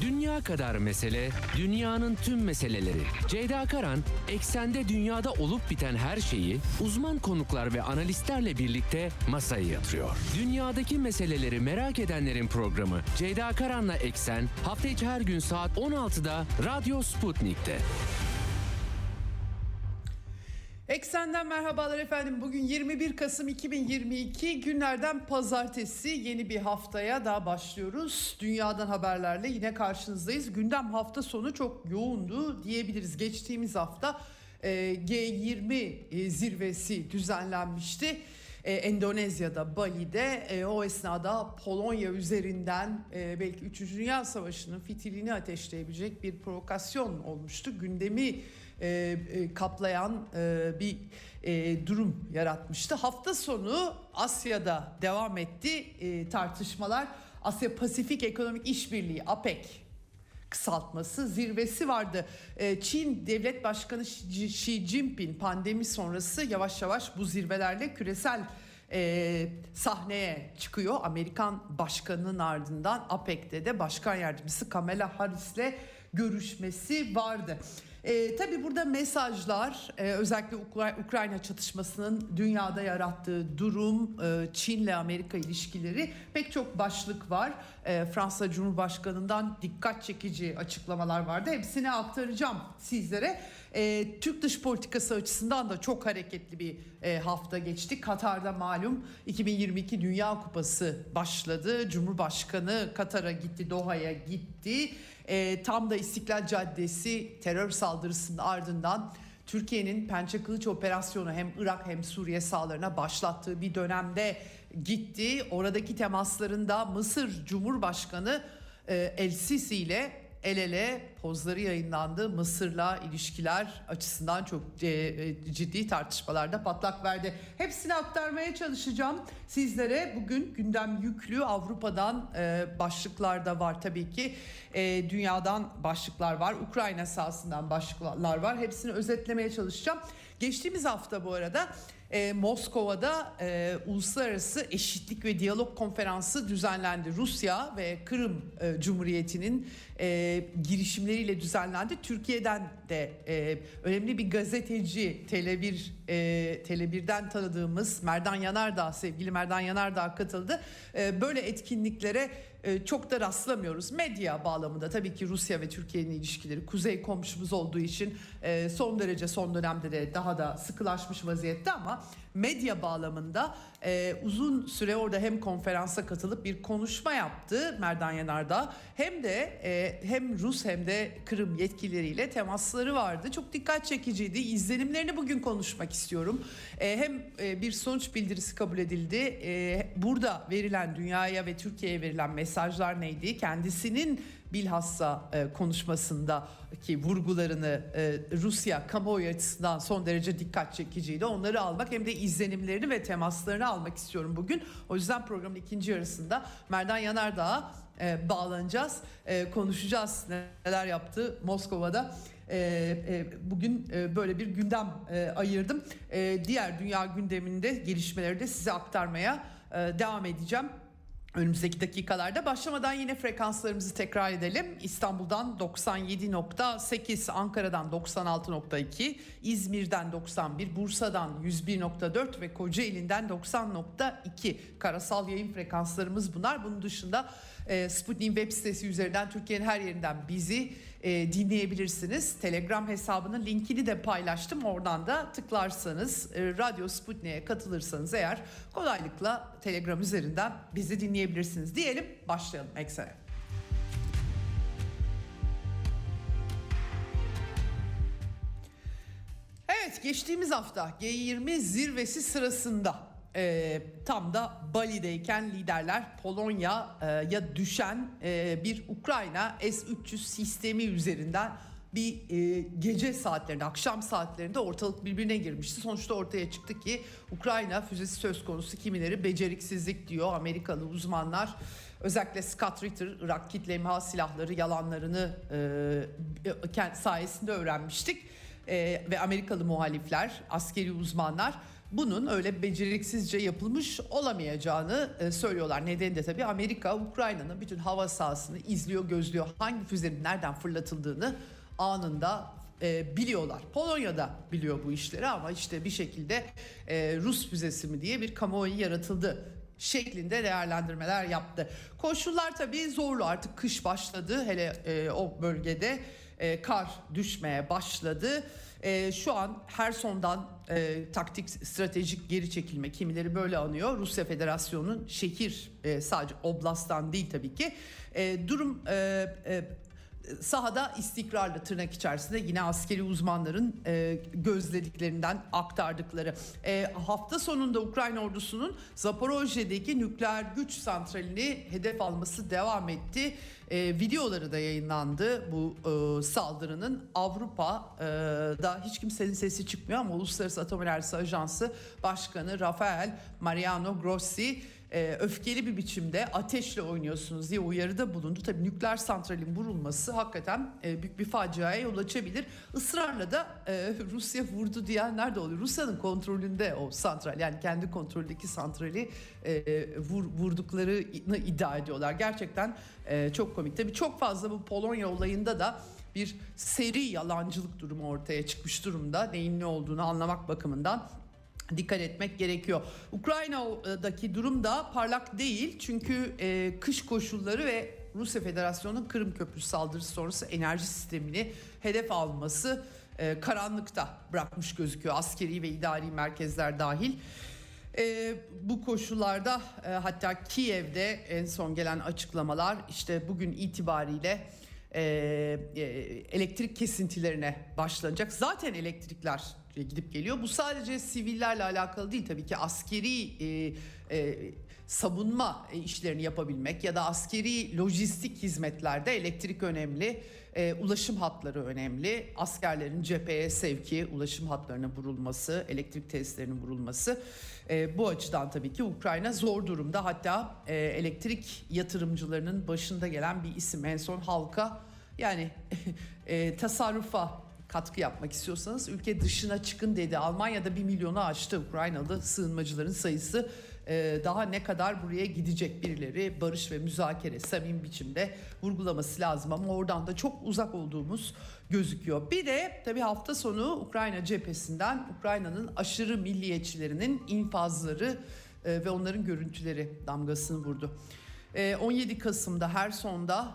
Dünya kadar mesele, dünyanın tüm meseleleri. Ceyda Karan, eksende dünyada olup biten her şeyi uzman konuklar ve analistlerle birlikte masaya yatırıyor. Dünyadaki meseleleri merak edenlerin programı Ceyda Karan'la Eksen hafta içi her gün saat 16'da Radyo Sputnik'te. Eksen'den merhabalar efendim. Bugün 21 Kasım 2022 günlerden pazartesi, yeni bir haftaya daha başlıyoruz. Dünyadan haberlerle yine karşınızdayız. Gündem hafta sonu çok yoğundu diyebiliriz. Geçtiğimiz hafta G20 zirvesi düzenlenmişti. Endonezya'da, Bali'de. O esnada Polonya üzerinden belki 3. Dünya Savaşı'nın fitilini ateşleyebilecek bir provokasyon olmuştu. Gündemi kaplayan bir durum yaratmıştı. Hafta sonu Asya'da devam etti tartışmalar. Asya Pasifik Ekonomik İşbirliği (APEC) kısaltması zirvesi vardı. Çin Devlet Başkanı Xi Jinping pandemi sonrası yavaş yavaş bu zirvelerle küresel sahneye çıkıyor. Amerikan başkanının ardından APEC'te de başkan yardımcısı Kamala Harris'le görüşmesi vardı. Tabii burada mesajlar, özellikle Ukrayna çatışmasının dünyada yarattığı durum, Çin'le Amerika ilişkileri, pek çok başlık var. Fransa Cumhurbaşkanı'ndan dikkat çekici açıklamalar vardı. Hepsini aktaracağım sizlere. Türk dış politikası açısından da çok hareketli bir hafta geçti. Katar'da malum 2022 Dünya Kupası başladı. Cumhurbaşkanı Katar'a gitti, Doha'ya gitti. Tam da İstiklal Caddesi terör saldırısının ardından Türkiye'nin Pençe Kılıç operasyonu hem Irak hem Suriye sahalarına başlattığı bir dönemde gitti. Oradaki temaslarında Mısır Cumhurbaşkanı El-Sisi ile el ele pozları yayınlandı. Mısır'la ilişkiler açısından çok ciddi tartışmalarda patlak verdi. Hepsini aktarmaya çalışacağım sizlere. Bugün gündem yüklü. Avrupa'dan başlıklar da var tabii ki. Dünyadan başlıklar var. Ukrayna sahasından başlıklar var. Hepsini özetlemeye çalışacağım. Geçtiğimiz hafta bu arada Moskova'da Uluslararası Eşitlik ve Diyalog Konferansı düzenlendi. Rusya ve Kırım Cumhuriyeti'nin girişimleriyle düzenlendi. Türkiye'den de önemli bir gazeteci Tele1'den tanıdığımız Merdan Yanardağ, sevgili Merdan Yanardağ katıldı. Böyle etkinliklere çok da rastlamıyoruz. Medya bağlamında tabii ki Rusya ve Türkiye'nin ilişkileri kuzey komşumuz olduğu için son dönemde de daha da sıkılaşmış vaziyette, ama medya bağlamında uzun süre orada hem konferansa katılıp bir konuşma yaptı Merdan Yanardağ, hem de hem Rus hem de Kırım yetkilileriyle temasları vardı. Çok dikkat çekiciydi. İzlenimlerini bugün konuşmak istiyorum. Hem bir sonuç bildirisi kabul edildi. Burada verilen, dünyaya ve Türkiye'ye verilen mesajlar neydi? Kendisinin bilhassa konuşmasındaki vurgularını Rusya kamuoyu açısından son derece dikkat çekiciydi. Onları almak hem de izlenimlerini ve temaslarını almak istiyorum bugün. O yüzden programın ikinci yarısında Merdan Yanardağ'a bağlanacağız. Konuşacağız neler yaptı Moskova'da. Bugün böyle bir gündem ayırdım. Diğer dünya gündeminde gelişmeleri de size aktarmaya devam edeceğim önümüzdeki dakikalarda. Başlamadan yine frekanslarımızı tekrar edelim. İstanbul'dan 97.8, Ankara'dan 96.2, İzmir'den 91, Bursa'dan 101.4 ve Kocaeli'nden 90.2 karasal yayın frekanslarımız bunlar. Bunun dışında Sputnik'in web sitesi üzerinden Türkiye'nin her yerinden bizi dinleyebilirsiniz. Telegram hesabının linkini de paylaştım. Oradan da tıklarsanız, Radyo Sputnik'e katılırsanız eğer, kolaylıkla Telegram üzerinden bizi dinleyebilirsiniz diyelim. Başlayalım Eksen'e. Evet, geçtiğimiz hafta G20 zirvesi sırasında tam da Bali'deyken liderler Polonya'ya düşen bir Ukrayna S-300 sistemi üzerinden bir gece saatlerinde, akşam saatlerinde ortalık birbirine girmişti. Sonuçta ortaya çıktı ki Ukrayna füzesi söz konusu. Kimileri beceriksizlik diyor, Amerikalı uzmanlar. Özellikle Scott Ritter, Irak kitle imha silahları yalanlarını sayesinde öğrenmiştik. Ve Amerikalı muhalifler, askeri uzmanlar bunun öyle beceriksizce yapılmış olamayacağını söylüyorlar. Nedeni de tabii Amerika Ukrayna'nın bütün hava sahasını izliyor, gözlüyor. Hangi füzenin nereden fırlatıldığını anında biliyorlar. Polonya'da biliyor bu işleri ama işte bir şekilde Rus füzesi mi diye bir kamuoyu yaratıldı şeklinde değerlendirmeler yaptı. Koşullar tabii zorlu, artık kış başladı, hele o bölgede kar düşmeye başladı. Şu an Herson'dan taktik stratejik geri çekilme, kimileri böyle anıyor. Rusya Federasyonu'nun şehir, sadece oblasttan değil tabii ki. Durum sahada istikrarlı, tırnak içerisinde, yine askeri uzmanların gözlediklerinden aktardıkları. Hafta sonunda Ukrayna ordusunun Zaporojye'deki nükleer güç santralini hedef alması devam etti. Videoları da yayınlandı bu saldırının. Avrupa'da hiç kimsenin sesi çıkmıyor ama Uluslararası Atom Enerjisi Ajansı Başkanı Rafael Mariano Grossi öfkeli bir biçimde ateşle oynuyorsunuz diye uyarıda bulundu. Tabii nükleer santralin vurulması hakikaten büyük bir faciaya yol açabilir. Israrla da Rusya vurdu diyenler de oluyor. Rusya'nın kontrolünde o santral, yani kendi kontrolündeki santrali vurduklarını iddia ediyorlar. Gerçekten çok komik. Tabii çok fazla bu Polonya olayında da bir seri yalancılık durumu ortaya çıkmış durumda. Neyin ne olduğunu anlamak bakımından dikkat etmek gerekiyor. Ukrayna'daki durum da parlak değil. Çünkü kış koşulları ve Rusya Federasyonu'nun Kırım Köprüsü saldırısı sonrası enerji sistemini hedef alması karanlıkta bırakmış gözüküyor. Askeri ve idari merkezler dahil. Bu koşullarda hatta Kiev'de en son gelen açıklamalar, işte bugün itibariyle elektrik kesintilerine başlanacak. Zaten elektrikler gidip geliyor. Bu sadece sivillerle alakalı değil tabii ki, askeri savunma işlerini yapabilmek ya da askeri lojistik hizmetlerde elektrik önemli. Ulaşım hatları önemli. Askerlerin cepheye sevki, ulaşım hatlarına vurulması, elektrik tesislerinin vurulması. Bu açıdan tabii ki Ukrayna zor durumda. Hatta elektrik yatırımcılarının başında gelen bir isim, en son halka, yani tasarrufa katkı yapmak istiyorsanız ülke dışına çıkın dedi. Almanya'da 1 milyonu aştı Ukraynalı sığınmacıların sayısı. Daha ne kadar buraya gidecek, birileri barış ve müzakere samimi biçimde vurgulaması lazım ama oradan da çok uzak olduğumuz gözüküyor. Bir de tabii hafta sonu Ukrayna cephesinden Ukrayna'nın aşırı milliyetçilerinin infazları ve onların görüntüleri damgasını vurdu. 17 Kasım'da Herson'da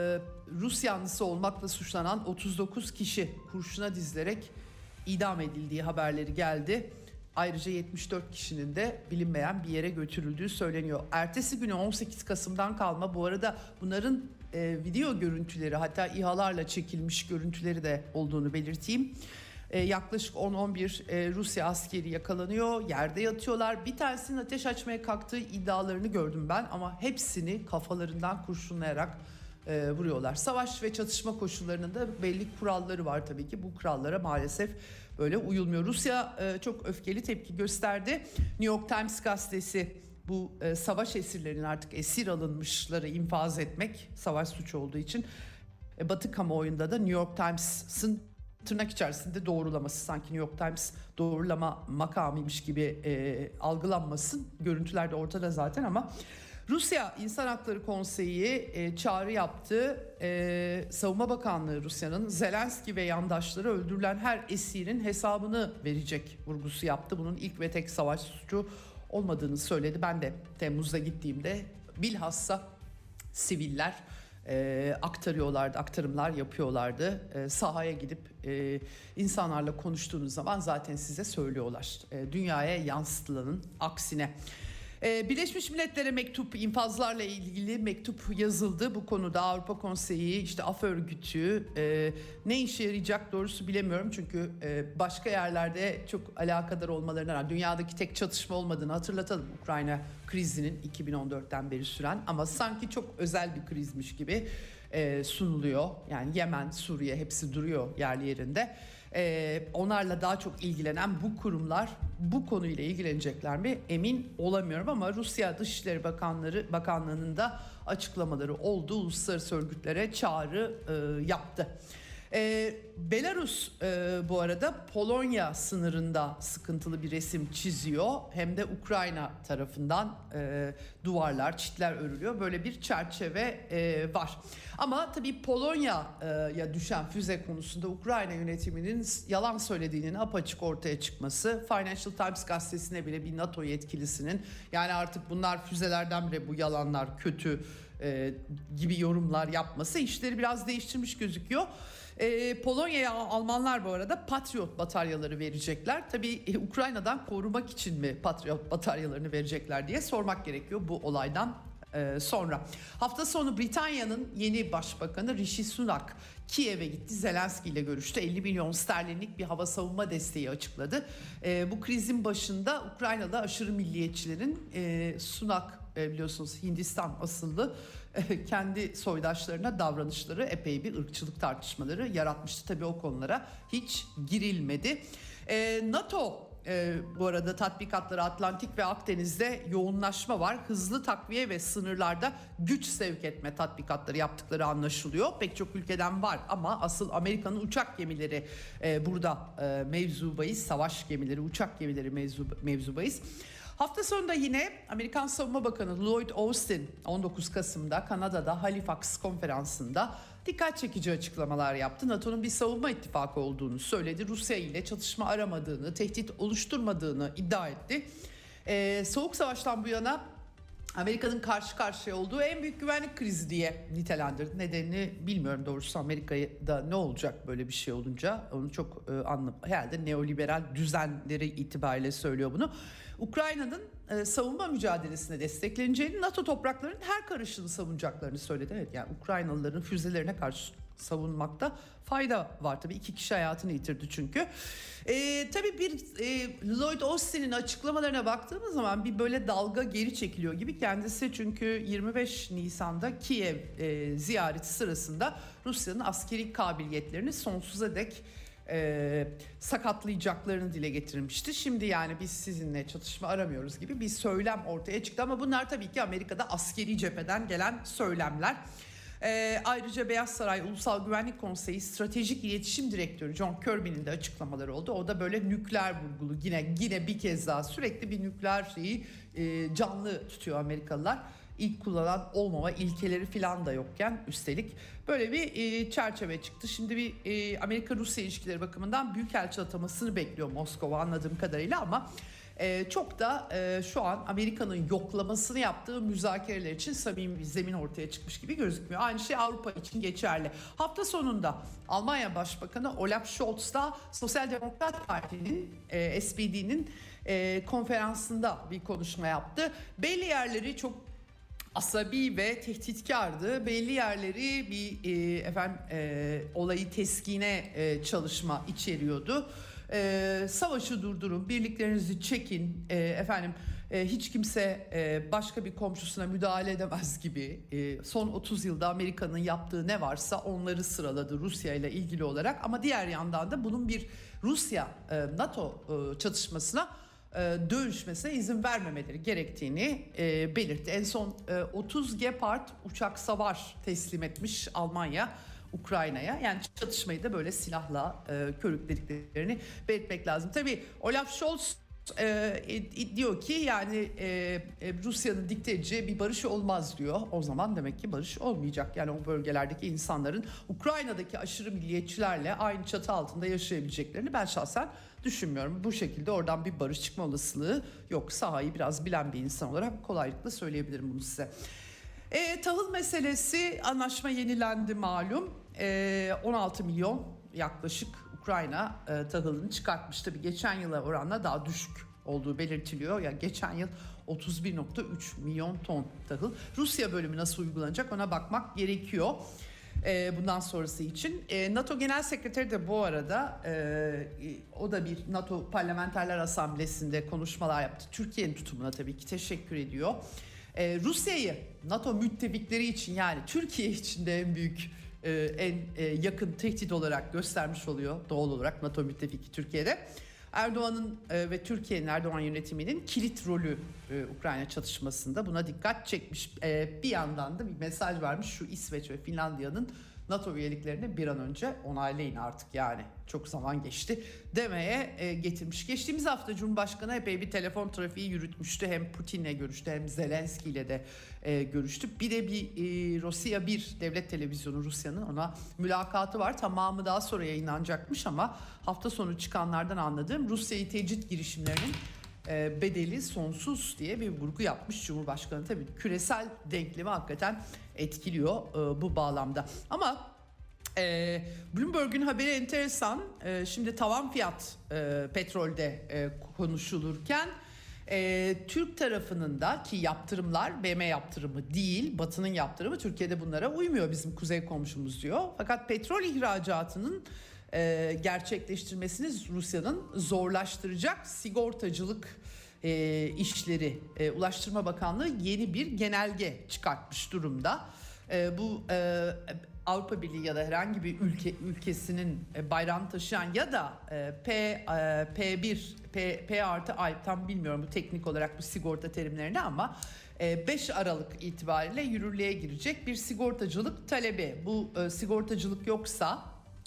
Rus yanlısı olmakla suçlanan 39 kişi kurşuna dizilerek idam edildiği haberleri geldi. Ayrıca 74 kişinin de bilinmeyen bir yere götürüldüğü söyleniyor. Ertesi günü 18 Kasım'dan kalma, bu arada bunların video görüntüleri, hatta İHA'larla çekilmiş görüntüleri de olduğunu belirteyim. Yaklaşık 10-11 Rusya askeri yakalanıyor, yerde yatıyorlar. Bir tanesinin ateş açmaya kalktığı iddialarını gördüm ben ama hepsini kafalarından kurşunlayarak vuruyorlar. Savaş ve çatışma koşullarının da belli kuralları var tabii ki. Bu kurallara maalesef böyle uyulmuyor. Rusya çok öfkeli tepki gösterdi. New York Times gazetesi bu savaş esirlerinin, artık esir alınmışları infaz etmek savaş suçu olduğu için, Batı kamuoyunda da New York Times'ın tırnak içerisinde doğrulaması, sanki New York Times doğrulama makamıymış gibi algılanmasın. Görüntüler de ortada zaten ama Rusya İnsan Hakları Konseyi çağrı yaptı. Savunma Bakanlığı Rusya'nın Zelenski ve yandaşları öldürülen her esirin hesabını verecek vurgusu yaptı. Bunun ilk ve tek savaş suçu olmadığını söyledi. Ben de Temmuz'da gittiğimde bilhassa siviller aktarımlar yapıyorlardı. Sahaya gidip insanlarla konuştuğunuz zaman zaten size söylüyorlar. Dünyaya yansıtılanın aksine. Birleşmiş Milletler'e mektup, infazlarla ilgili mektup yazıldı. Bu konuda Avrupa Konseyi, işte Af Örgütü ne işe yarayacak doğrusu bilemiyorum. Çünkü başka yerlerde çok alakadar olmalarına rağmen, dünyadaki tek çatışma olmadığını hatırlatalım. Ukrayna krizinin 2014'ten beri süren ama sanki çok özel bir krizmiş gibi sunuluyor. Yani Yemen, Suriye hepsi duruyor yerli yerinde. Onlarla daha çok ilgilenen bu kurumlar bu konuyla ilgilenecekler mi emin olamıyorum ama Rusya Dışişleri Bakanlığı'nın da açıklamaları oldu. Uluslararası örgütlere çağrı yaptı. Belarus bu arada Polonya sınırında sıkıntılı bir resim çiziyor. Hem de Ukrayna tarafından duvarlar, çitler örülüyor. Böyle bir çerçeve var. Ama tabii Polonya'ya düşen füze konusunda Ukrayna yönetiminin yalan söylediğinin apaçık ortaya çıkması, Financial Times gazetesine bile bir NATO yetkilisinin yani artık bunlar füzelerden bile bu yalanlar kötü gibi yorumlar yapması işleri biraz değiştirmiş gözüküyor. Polonya'ya Almanlar bu arada Patriot bataryaları verecekler. Tabii Ukrayna'dan korumak için mi Patriot bataryalarını verecekler diye sormak gerekiyor bu olaydan sonra. Hafta sonu Britanya'nın yeni başbakanı Rishi Sunak Kiev'e gitti. Zelenski ile görüştü. 50 milyon sterlinlik bir hava savunma desteği açıkladı. Bu krizin başında Ukraynalı aşırı milliyetçilerin Sunak biliyorsunuz Hindistan asıllı kendi soydaşlarına davranışları epey bir ırkçılık tartışmaları yaratmıştı. Tabii o konulara hiç girilmedi. NATO bu arada tatbikatları Atlantik ve Akdeniz'de yoğunlaşma var. Hızlı takviye ve sınırlarda güç sevk etme tatbikatları yaptıkları anlaşılıyor. Pek çok ülkeden var ama asıl Amerika'nın uçak gemileri burada mevzu bahis. Savaş gemileri, uçak gemileri mevzu bahis. Hafta sonunda yine Amerikan Savunma Bakanı Lloyd Austin 19 Kasım'da Kanada'da Halifax konferansında dikkat çekici açıklamalar yaptı. NATO'nun bir savunma ittifakı olduğunu söyledi. Rusya ile çatışma aramadığını, tehdit oluşturmadığını iddia etti. Soğuk Savaş'tan bu yana Amerika'nın karşı karşıya olduğu en büyük güvenlik krizi diye nitelendirdi. Nedenini bilmiyorum doğrusu, Amerika'da ne olacak böyle bir şey olunca onu çok herhalde neoliberal düzenleri itibariyle söylüyor bunu. Ukrayna'nın savunma mücadelesine destekleneceğini, NATO topraklarının her karışını savunacaklarını söyledi. Evet, yani Ukraynalıların füzelerine karşı savunmakta fayda var. Tabii 2 kişi hayatını yitirdi çünkü. Tabii bir Lloyd Austin'in açıklamalarına baktığımız zaman bir böyle dalga geri çekiliyor gibi. Kendisi çünkü 25 Nisan'da Kiev ziyareti sırasında Rusya'nın askeri kabiliyetlerini sonsuza dek sakatlayacaklarını dile getirmişti. Şimdi yani biz sizinle çatışma aramıyoruz gibi bir söylem ortaya çıktı ama bunlar tabii ki Amerika'da askeri cepheden gelen söylemler. Ayrıca Beyaz Saray Ulusal Güvenlik Konseyi Stratejik İletişim Direktörü John Kirby'nin de açıklamaları oldu. O da böyle nükleer vurgulu, yine bir kez daha sürekli bir nükleer şeyi canlı tutuyor Amerikalılar. İlk kullanan olmama ilkeleri falan da yokken üstelik böyle bir çerçeve çıktı. Şimdi bir Amerika-Rusya ilişkileri bakımından büyükelçi atamasını bekliyor Moskova anladığım kadarıyla ama çok da şu an Amerika'nın yoklamasını yaptığı müzakereler için samimi bir zemin ortaya çıkmış gibi gözükmüyor. Aynı şey Avrupa için geçerli. Hafta sonunda Almanya Başbakanı Olaf Scholz da Sosyal Demokrat Parti'nin SPD'nin konferansında bir konuşma yaptı. Belli yerleri çok asabi ve tehditkardı. Belli yerleri bir olayı teskine çalışma içeriyordu. Savaşı durdurun, birliklerinizi çekin, hiç kimse başka bir komşusuna müdahale edemez gibi son 30 yılda Amerika'nın yaptığı ne varsa onları sıraladı Rusya ile ilgili olarak. Ama diğer yandan da bunun bir Rusya-NATO çatışmasına dönüşmesine izin vermemeleri gerektiğini belirtti. En son 30 Gepard uçak savar teslim etmiş Almanya Ukrayna'ya. Yani çatışmayı da böyle silahla körüklediklerini belirtmek lazım. Tabii Olaf Scholz diyor ki yani Rusya'nın dikte edeceği bir barış olmaz diyor. O zaman demek ki barış olmayacak. Yani o bölgelerdeki insanların Ukrayna'daki aşırı milliyetçilerle aynı çatı altında yaşayabileceklerini ben şahsen düşünmüyorum. Bu şekilde oradan bir barış çıkma olasılığı yok. Sahayı biraz bilen bir insan olarak kolaylıkla söyleyebilirim bunu size. Tahıl meselesi, anlaşma yenilendi malum. 16 milyon yaklaşık Ukrayna tahılını çıkartmış. Tabii geçen yıla oranla daha düşük olduğu belirtiliyor. Yani geçen yıl 31.3 milyon ton tahıl. Rusya bölümü nasıl uygulanacak ona bakmak gerekiyor. Bundan sonrası için. NATO Genel Sekreteri de bu arada o da bir NATO Parlamenterler Asamblesi'nde konuşmalar yaptı. Türkiye'nin tutumuna tabii ki teşekkür ediyor. Rusya'yı NATO müttefikleri için yani Türkiye için de en büyük en yakın tehdit olarak göstermiş oluyor doğal olarak NATO müttefiki Türkiye'de. Erdoğan'ın ve Türkiye'nin Erdoğan yönetiminin kilit rolü Ukrayna çatışmasında buna dikkat çekmiş. Bir yandan da bir mesaj vermiş şu İsveç ve Finlandiya'nın NATO üyeliklerini bir an önce onaylayın artık, yani çok zaman geçti demeye getirmiş. Geçtiğimiz hafta Cumhurbaşkanı epey bir telefon trafiği yürütmüştü. Hem Putin'le görüştü hem Zelenski ile de görüştü. Bir de Rusya 1 devlet televizyonu, Rusya'nın, ona mülakatı var. Tamamı daha sonra yayınlanacakmış ama hafta sonu çıkanlardan anladığım Rusya'yı tecrit girişimlerinin bedeli sonsuz diye bir vurgu yapmış Cumhurbaşkanı. Tabii küresel denklemi hakikaten etkiliyor bu bağlamda. Ama Bloomberg'un haberi enteresan. Şimdi tavan fiyat petrolde konuşulurken Türk tarafının da, ki yaptırımlar BM yaptırımı değil, Batı'nın yaptırımı, Türkiye'de bunlara uymuyor bizim kuzey komşumuz diyor. Fakat petrol ihracatının gerçekleştirmesini Rusya'nın zorlaştıracak sigortacılık işleri, Ulaştırma Bakanlığı yeni bir genelge çıkartmış durumda. Bu Avrupa Birliği ya da herhangi bir ülkesinin bayrağını taşıyan ya da P1, P artı I, tam bilmiyorum bu teknik olarak bu sigorta terimlerini, ama 5 Aralık itibariyle yürürlüğe girecek bir sigortacılık talebi. Bu sigortacılık yoksa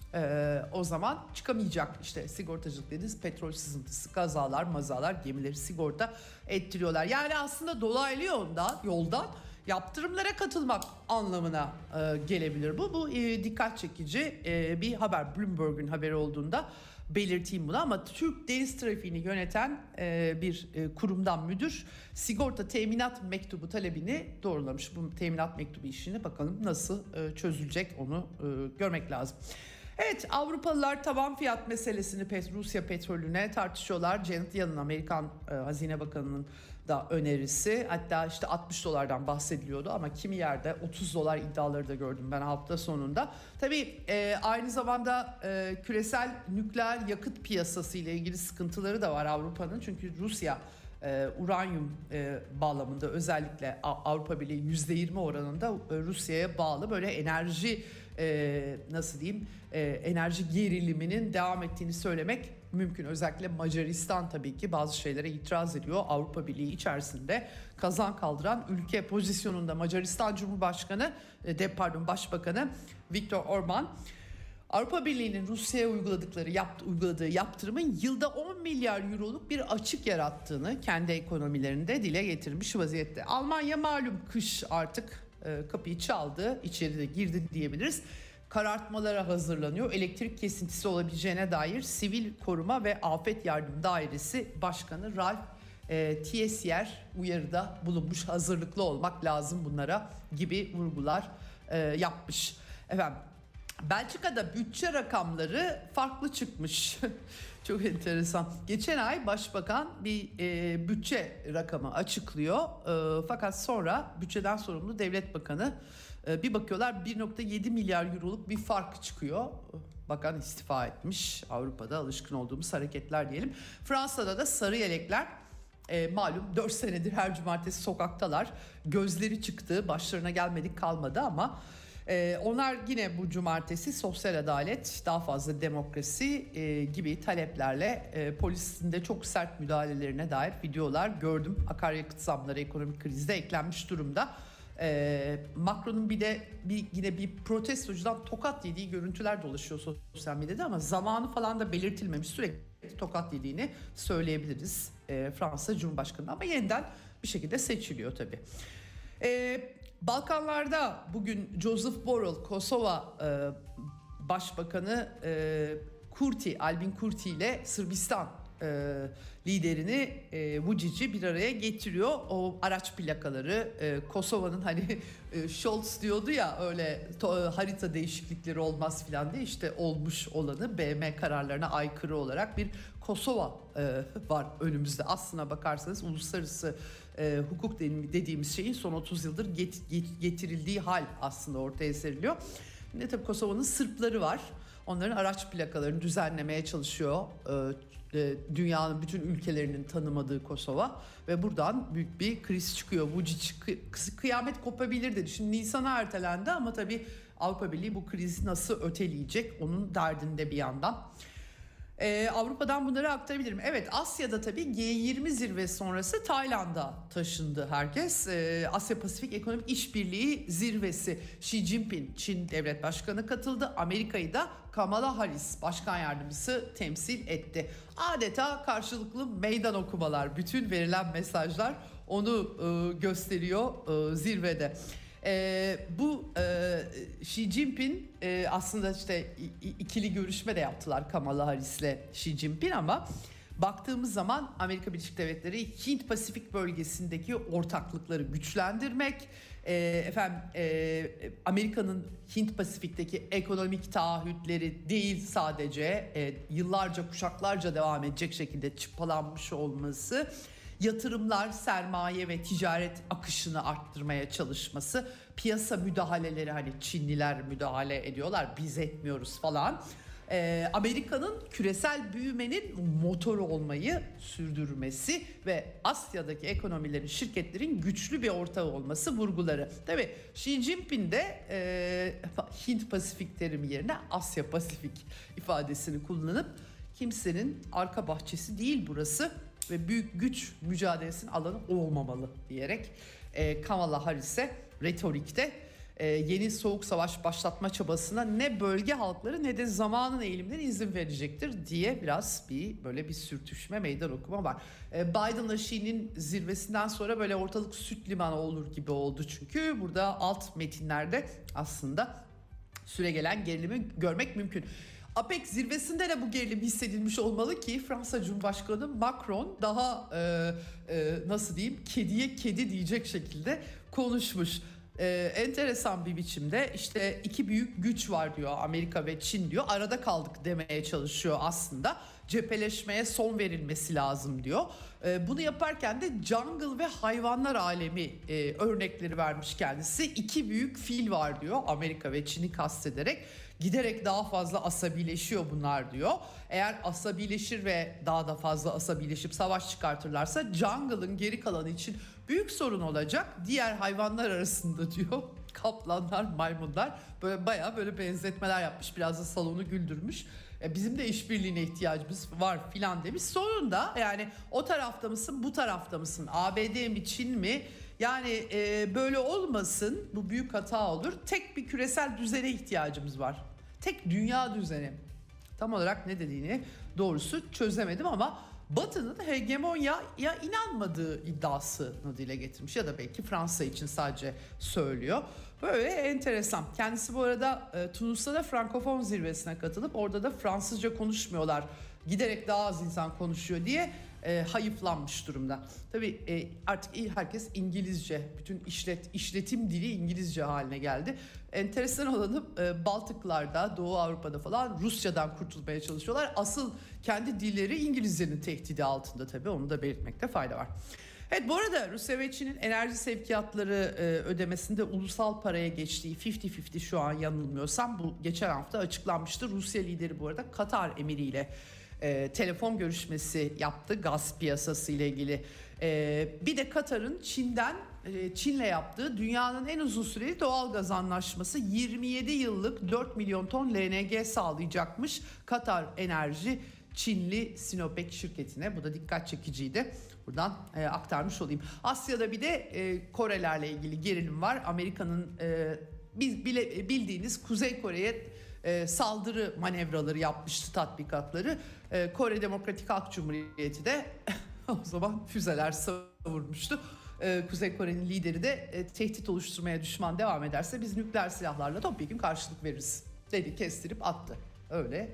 o zaman çıkamayacak. İşte sigortacılık dediğiniz petrol sızıntısı, kazalar, mazalar, gemileri sigorta ettiriyorlar. Yani aslında dolaylı yoldan yaptırımlara katılmak anlamına gelebilir bu. Bu dikkat çekici bir haber. Bloomberg'un haberi olduğunda belirteyim bunu, ama Türk deniz trafiğini yöneten bir kurumdan müdür sigorta teminat mektubu talebini doğrulamış. Bu teminat mektubu işini bakalım nasıl çözülecek, onu görmek lazım. Evet, Avrupalılar tavan fiyat meselesini Rusya petrolüne tartışıyorlar. Janet Yellen, Amerikan Hazine Bakanı'nın da önerisi, hatta işte $60 bahsediliyordu ama kimi yerde $30 iddiaları da gördüm ben hafta sonunda. Tabii aynı zamanda küresel nükleer yakıt piyasası ile ilgili sıkıntıları da var Avrupa'nın, çünkü Rusya uranyum bağlamında özellikle Avrupa Birliği %20 oranında Rusya'ya bağlı, böyle enerji nasıl diyeyim, enerji geriliminin devam ettiğini söylemek mümkün. Özellikle Macaristan tabii ki bazı şeylere itiraz ediyor. Avrupa Birliği içerisinde kazan kaldıran ülke pozisyonunda Macaristan Cumhurbaşkanı Başbakanı Viktor Orban, Avrupa Birliği'nin Rusya'ya uyguladığı yaptırımın yılda 10 milyar euroluk bir açık yarattığını kendi ekonomilerinde dile getirmiş vaziyette. Almanya malum kış artık kapıyı çaldı, içeri de girdi diyebiliriz. Karartmalara hazırlanıyor. Elektrik kesintisi olabileceğine dair Sivil Koruma ve Afet Yardım Dairesi Başkanı Ralf Thiessier uyarıda bulunmuş. Hazırlıklı olmak lazım bunlara gibi vurgular yapmış. Efendim, Belçika'da bütçe rakamları farklı çıkmış. Çok enteresan. Geçen ay başbakan bir bütçe rakamı açıklıyor. Fakat sonra bütçeden sorumlu devlet bakanı bir bakıyorlar 1.7 milyar euroluk bir fark çıkıyor. Bakan istifa etmiş. Avrupa'da alışkın olduğumuz hareketler diyelim. Fransa'da da sarı yelekler malum 4 senedir her cumartesi sokaktalar. Gözleri çıktı, başlarına gelmedik kalmadı ama onlar yine bu cumartesi sosyal adalet, daha fazla demokrasi gibi taleplerle polisin de çok sert müdahalelerine dair videolar gördüm. Akaryakıt zamları ekonomik krizde eklenmiş durumda. Macron'un yine bir protestocudan tokat yediği görüntüler dolaşıyor sosyal medyada, ama zamanı falan da belirtilmemiş, sürekli tokat yediğini söyleyebiliriz Fransa Cumhurbaşkanı, ama yeniden bir şekilde seçiliyor tabii. Balkanlarda bugün Joseph Borrell, Kosova Başbakanı Albin Kurti ile Sırbistan liderini Vučić'i bir araya getiriyor. O araç plakaları Kosova'nın hani Scholz diyordu ya öyle harita değişiklikleri olmaz filan diye, işte olmuş olanı BM kararlarına aykırı olarak bir Kosova var önümüzde. Aslına bakarsanız uluslararası hukuk dediğimiz şeyin son 30 yıldır getirildiği hal aslında ortaya seriliyor. Ne tabii Kosova'nın Sırpları var. Onların araç plakalarını düzenlemeye çalışıyor dünyanın bütün ülkelerinin tanımadığı Kosova ve buradan büyük bir kriz çıkıyor. Vučić kıyamet kopabilir dedi. Şimdi Nisan'a ertelendi ama tabii Avrupa Birliği bu krizi nasıl öteleyecek onun derdinde bir yandan. Avrupa'dan bunları aktarabilirim. Evet, Asya'da tabii G20 zirvesi sonrası Tayland'a taşındı herkes. Asya Pasifik Ekonomik İşbirliği Zirvesi. Xi Jinping Çin Devlet Başkanı katıldı. Amerika'yı da Kamala Harris Başkan Yardımcısı temsil etti. Adeta karşılıklı meydan okumalar, bütün verilen mesajlar onu gösteriyor zirvede. Xi Jinping aslında işte ikili görüşme de yaptılar Kamala Harris'le Xi Jinping, ama baktığımız zaman Amerika Birleşik Devletleri Hint Pasifik bölgesindeki ortaklıkları güçlendirmek, Amerika'nın Hint Pasifik'teki ekonomik taahhütleri değil sadece yıllarca, kuşaklarca devam edecek şekilde çıpalanmış olması, yatırımlar, sermaye ve ticaret akışını arttırmaya çalışması, piyasa müdahaleleri, hani Çinliler müdahale ediyorlar, biz etmiyoruz falan. Amerika'nın küresel büyümenin motoru olmayı sürdürmesi ve Asya'daki ekonomilerin, şirketlerin güçlü bir ortağı olması vurguları. Tabii Xi Jinping de Hint Pasifik terimi yerine Asya Pasifik ifadesini kullanıp kimsenin arka bahçesi değil burası ve büyük güç mücadelesinin alanı olmamalı diyerek Kamala Harris'e retorikte yeni soğuk savaş başlatma çabasına ne bölge halkları ne de zamanın eğilimleri izin verecektir diye biraz böyle bir sürtüşme, meydan okuma var. Biden'la Xi'nin zirvesinden sonra böyle ortalık süt limanı olur gibi oldu, çünkü burada alt metinlerde aslında süregelen gerilimi görmek mümkün. APEC zirvesinde de bu gerilim hissedilmiş olmalı ki Fransa Cumhurbaşkanı Macron daha nasıl diyeyim, kediye kedi diyecek şekilde konuşmuş. Enteresan bir biçimde işte iki büyük güç var diyor, Amerika ve Çin diyor, arada kaldık demeye çalışıyor aslında. Cepheleşmeye son verilmesi lazım diyor. Bunu yaparken de jungle ve hayvanlar alemi örnekleri vermiş kendisi. İki büyük fil var diyor, Amerika ve Çin'i kastederek. Giderek daha fazla asabileşiyor bunlar diyor. Eğer asabileşir ve daha da fazla asabileşip savaş çıkartırlarsa jungle'ın geri kalanı için büyük sorun olacak. Diğer hayvanlar arasında diyor kaplanlar, maymunlar, böyle bayağı böyle benzetmeler yapmış. Biraz da salonu güldürmüş. Bizim de işbirliğine ihtiyacımız var filan demiş. Sonunda yani o tarafta mısın, bu tarafta mısın? ABD mi, Çin mi? Yani böyle olmasın, bu büyük hata olur. Tek bir küresel düzene ihtiyacımız var. Tek dünya düzeni. Tam olarak ne dediğini doğrusu çözemedim ama Batı'nın hegemonyaya inanmadığı iddiasını dile getirmiş, ya da belki Fransa için sadece söylüyor. Böyle enteresan. Kendisi bu arada Tunus'ta da Frankofon zirvesine katılıp orada da Fransızca konuşmuyorlar, giderek daha az insan konuşuyor diye hayıflanmış durumda. Tabii artık herkes İngilizce, bütün işletim dili İngilizce haline geldi. Enteresan olanı Baltıklarda, Doğu Avrupa'da falan Rusçadan kurtulmaya çalışıyorlar. Asıl kendi dilleri İngilizcenin tehdidi altında, tabii onu da belirtmekte fayda var. Evet, bu arada Rusya ve Çin'in enerji sevkiyatları ödemesinde ulusal paraya geçtiği 50-50 şu an yanılmıyorsam, bu geçen hafta açıklanmıştı. Rusya lideri bu arada Katar emiriyle telefon görüşmesi yaptı gaz piyasası ile ilgili. Bir de Katar'ın Çin'le yaptığı dünyanın en uzun süreli doğal gaz anlaşması, 27 yıllık 4 milyon ton LNG sağlayacakmış Katar Enerji Çinli Sinopec şirketine. Bu da dikkat çekiciydi. Buradan aktarmış olayım. Asya'da bir de Korelerle ilgili gerilim var. Amerika'nın bildiğiniz Kuzey Kore'ye saldırı manevraları yapmıştı, tatbikatları. Kore Demokratik Halk Cumhuriyeti de o zaman füzeler savurmuştu. Kuzey Kore'nin lideri de tehdit oluşturmaya düşman devam ederse biz nükleer silahlarla topyekun karşılık veririz dedi, kestirip attı. Öyle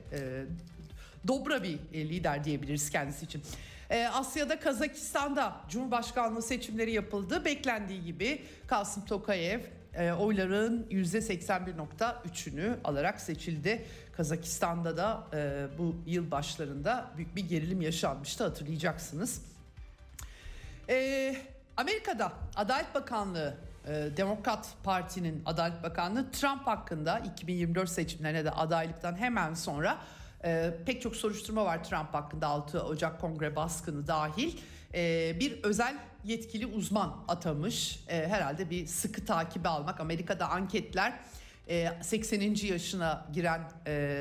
dobra bir lider diyebiliriz kendisi için. Asya'da Kazakistan'da Cumhurbaşkanlığı seçimleri yapıldı. Beklendiği gibi Kasım Tokayev oyların %81.3'ünü alarak seçildi. Kazakistan'da da bu yıl başlarında büyük bir gerilim yaşanmıştı, hatırlayacaksınız. Amerika'da Adalet Bakanlığı, Demokrat Parti'nin Adalet Bakanlığı Trump hakkında 2024 seçimlerine de adaylıktan hemen sonra pek çok soruşturma var Trump hakkında, 6 Ocak Kongre baskını dahil. Bir özel yetkili uzman atamış. Herhalde bir sıkı takibi almak. Amerika'da anketler 80. yaşına giren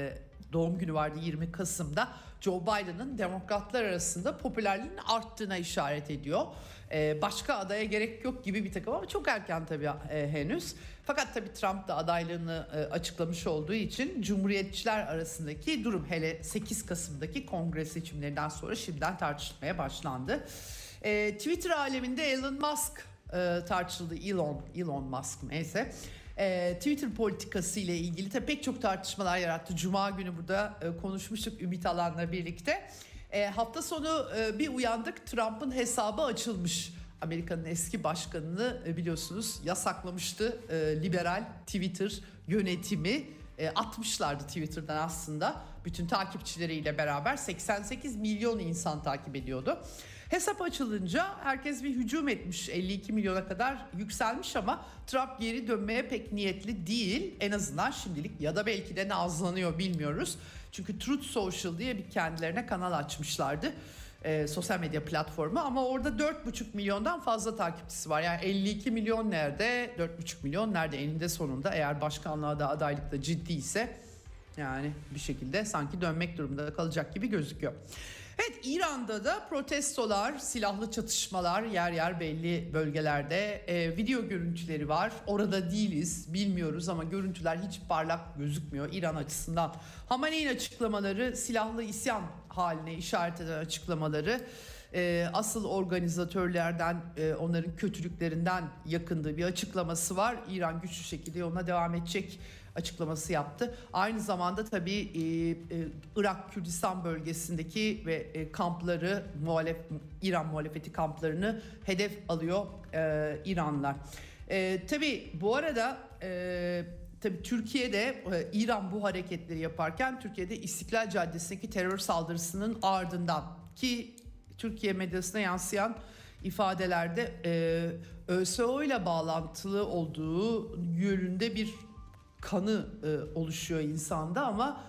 doğum günü vardı 20 Kasım'da. Joe Biden'ın demokratlar arasında popülerliğinin arttığına işaret ediyor. Başka adaya gerek yok gibi bir takım ama çok erken tabii henüz. Fakat tabii Trump da adaylığını açıklamış olduğu için Cumhuriyetçiler arasındaki durum hele 8 Kasım'daki kongre seçimlerinden sonra şimdiden tartışılmaya başlandı. Twitter aleminde Elon Musk tartışıldı. Elon Musk neyse. Twitter politikası ile ilgili de pek çok tartışmalar yarattı. Cuma günü burada konuşmuştuk Ümit Alan'la birlikte. Hafta sonu bir uyandık, Trump'ın hesabı açılmış. Amerika'nın eski başkanını biliyorsunuz yasaklamıştı liberal Twitter yönetimi. Atmışlardı Twitter'dan aslında. Bütün takipçileriyle beraber 88 milyon insan takip ediyordu. Hesap açılınca herkes bir hücum etmiş, 52 milyona kadar yükselmiş ama Trump geri dönmeye pek niyetli değil. En azından şimdilik, ya da belki de nazlanıyor, bilmiyoruz. Çünkü Truth Social diye bir kendilerine kanal açmışlardı. Sosyal medya platformu ama orada 4,5 milyondan fazla takipçisi var. Yani 52 milyon nerede, 4,5 milyon nerede, eninde sonunda eğer başkanlığa da adaylıkta ciddiyse yani bir şekilde sanki dönmek durumunda kalacak gibi gözüküyor. Evet, İran'da da protestolar, silahlı çatışmalar yer yer belli bölgelerde, video görüntüleri var. Orada değiliz, bilmiyoruz ama görüntüler hiç parlak gözükmüyor İran açısından. Hamenei'nin açıklamaları, silahlı isyan haline işaret eden açıklamaları, asıl organizatörlerden, onların kötülüklerinden yakındığı bir açıklaması var. İran güçlü şekilde yoluna devam edecek açıklaması yaptı. Aynı zamanda tabii Irak Kürdistan bölgesindeki ve kampları, İran muhalefeti kamplarını hedef alıyor İranlılar. Tabii bu arada tabii Türkiye'de İran bu hareketleri yaparken Türkiye'de İstiklal Caddesi'ndeki terör saldırısının ardından ki Türkiye medyasına yansıyan ifadelerde ÖSO ile bağlantılı olduğu yönünde bir kanı oluşuyor insanda ama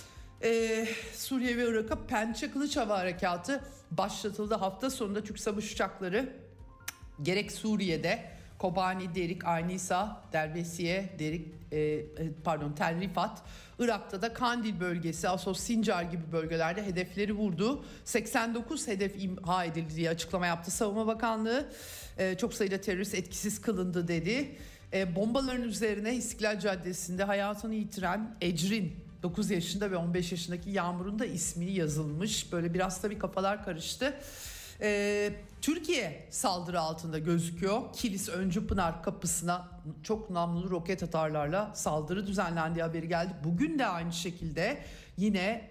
Suriye ve Irak'a Pençe Kılıç Hava Harekatı başlatıldı. Hafta sonunda Türk savaş uçakları gerek Suriye'de Kobani, Derik, Aynisa, Derbesiye, Tel Rifat, Irak'ta da Kandil bölgesi, Asos, Sincar gibi bölgelerde hedefleri vurdu. 89 hedef imha edildi diye açıklama yaptı Savunma Bakanlığı. Çok sayıda terörist etkisiz kılındı dedi. Bombaların üzerine İstiklal Caddesi'nde hayatını yitiren Ecrin 9 yaşında ve 15 yaşındaki Yağmur'un da ismini yazılmış. Böyle biraz tabii kafalar karıştı. Türkiye saldırı altında gözüküyor. Kilis Öncüpınar kapısına çok namlulu roket atarlarla saldırı düzenlendiği haberi geldi. Bugün de aynı şekilde yine